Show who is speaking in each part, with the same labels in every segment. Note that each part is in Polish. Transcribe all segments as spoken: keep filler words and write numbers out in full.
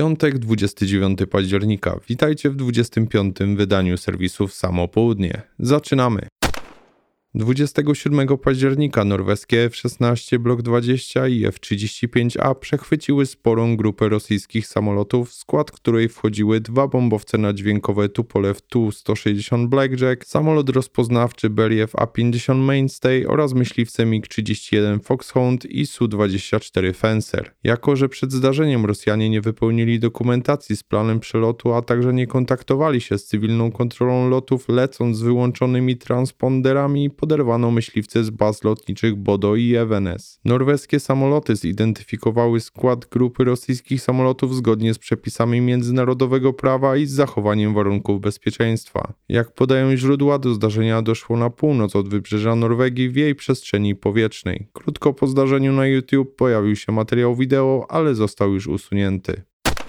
Speaker 1: Piątek, dwudziestego dziewiątego października. Witajcie w dwudziestym piątym wydaniu serwisów Samo Południe. Zaczynamy! dwudziestego siódmego października norweskie F szesnaście Block dwadzieścia i F trzydzieści pięć A przechwyciły sporą grupę rosyjskich samolotów, w skład której wchodziły dwa bombowce nadźwiękowe Tupolew Tu sto sześćdziesiąt Blackjack, samolot rozpoznawczy Beriev A pięćdziesiąt Mainstay oraz myśliwce MiG trzydzieści jeden Foxhound i Su dwadzieścia cztery Fencer. Jako że przed zdarzeniem Rosjanie nie wypełnili dokumentacji z planem przelotu, a także nie kontaktowali się z cywilną kontrolą lotów, lecąc z wyłączonymi transponderami, poderwano myśliwce z baz lotniczych Bodo i Evenes. Norweskie samoloty zidentyfikowały skład grupy rosyjskich samolotów zgodnie z przepisami międzynarodowego prawa i z zachowaniem warunków bezpieczeństwa. Jak podają źródła, do zdarzenia doszło na północ od wybrzeża Norwegii w jej przestrzeni powietrznej. Krótko po zdarzeniu na YouTube pojawił się materiał wideo, ale został już usunięty.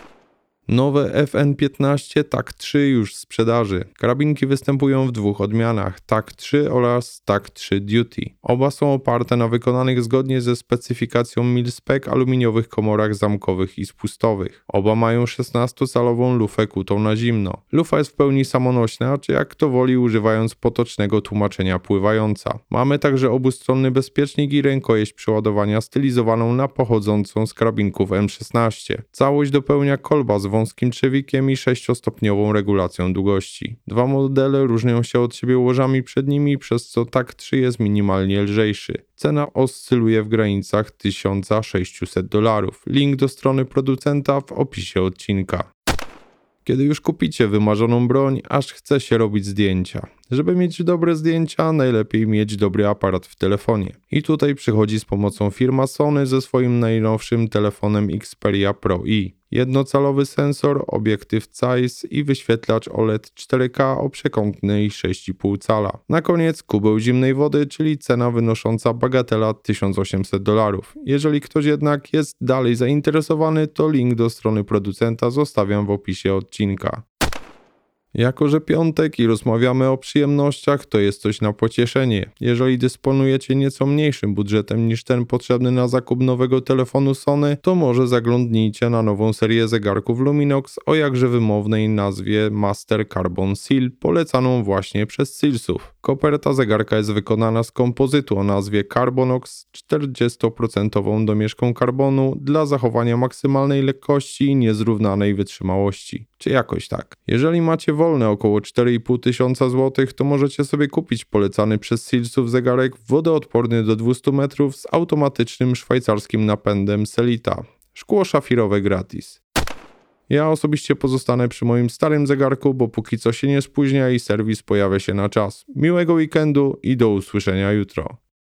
Speaker 1: Nowe F N piętnaście T A C trzy już w sprzedaży. Karabinki występują w dwóch odmianach, T A C trzy oraz T A C trzy Duty. Oba są oparte na wykonanych zgodnie ze specyfikacją mil-spec aluminiowych komorach zamkowych i spustowych. Oba mają szesnastocalową lufę kutą na zimno. Lufa jest w pełni samonośna, czy jak kto woli używając potocznego tłumaczenia pływająca. Mamy także obustronny bezpiecznik i rękojeść przeładowania stylizowaną na pochodzącą z karabinków M szesnaście. Całość dopełnia kolba z wąskim trzewikiem i sześciostopniową regulacją długości. Dwa modele różnią się od siebie łożami przednimi, przez co T A C trzy jest minimalnie lżejszy. Cena oscyluje w granicach tysiąc sześćset dolarów. Link do strony producenta w opisie odcinka. Kiedy już kupicie wymarzoną broń, aż chce się robić zdjęcia. Żeby mieć dobre zdjęcia, najlepiej mieć dobry aparat w telefonie. I tutaj przychodzi z pomocą firma Sony ze swoim najnowszym telefonem Xperia Pro I. Jednocalowy sensor, obiektyw C A I S i wyświetlacz O L E D cztery K o przekątnej sześć i pół cala. Na koniec kubeł zimnej wody, czyli cena wynosząca bagatela tysiąc osiemset dolarów. Jeżeli ktoś jednak jest dalej zainteresowany, to link do strony producenta zostawiam w opisie odcinka. Jako że piątek i rozmawiamy o przyjemnościach, to jest coś na pocieszenie. Jeżeli dysponujecie nieco mniejszym budżetem niż ten potrzebny na zakup nowego telefonu Sony, to może zaglądnijcie na nową serię zegarków Luminox o jakże wymownej nazwie Master Carbon Seal, polecaną właśnie przez Sealsów. Koperta zegarka jest wykonana z kompozytu o nazwie Carbonox z czterdzieści procent domieszką karbonu dla zachowania maksymalnej lekkości i niezrównanej wytrzymałości. Czy jakoś tak. Jeżeli macie wolne około cztery i pół tysiąca złotych, to możecie sobie kupić polecany przez Sealsów zegarek wodoodporny do dwustu metrów z automatycznym szwajcarskim napędem Selita. Szkło szafirowe gratis. Ja osobiście pozostanę przy moim starym zegarku, bo póki co się nie spóźnia i serwis pojawia się na czas. Miłego weekendu i do usłyszenia jutro.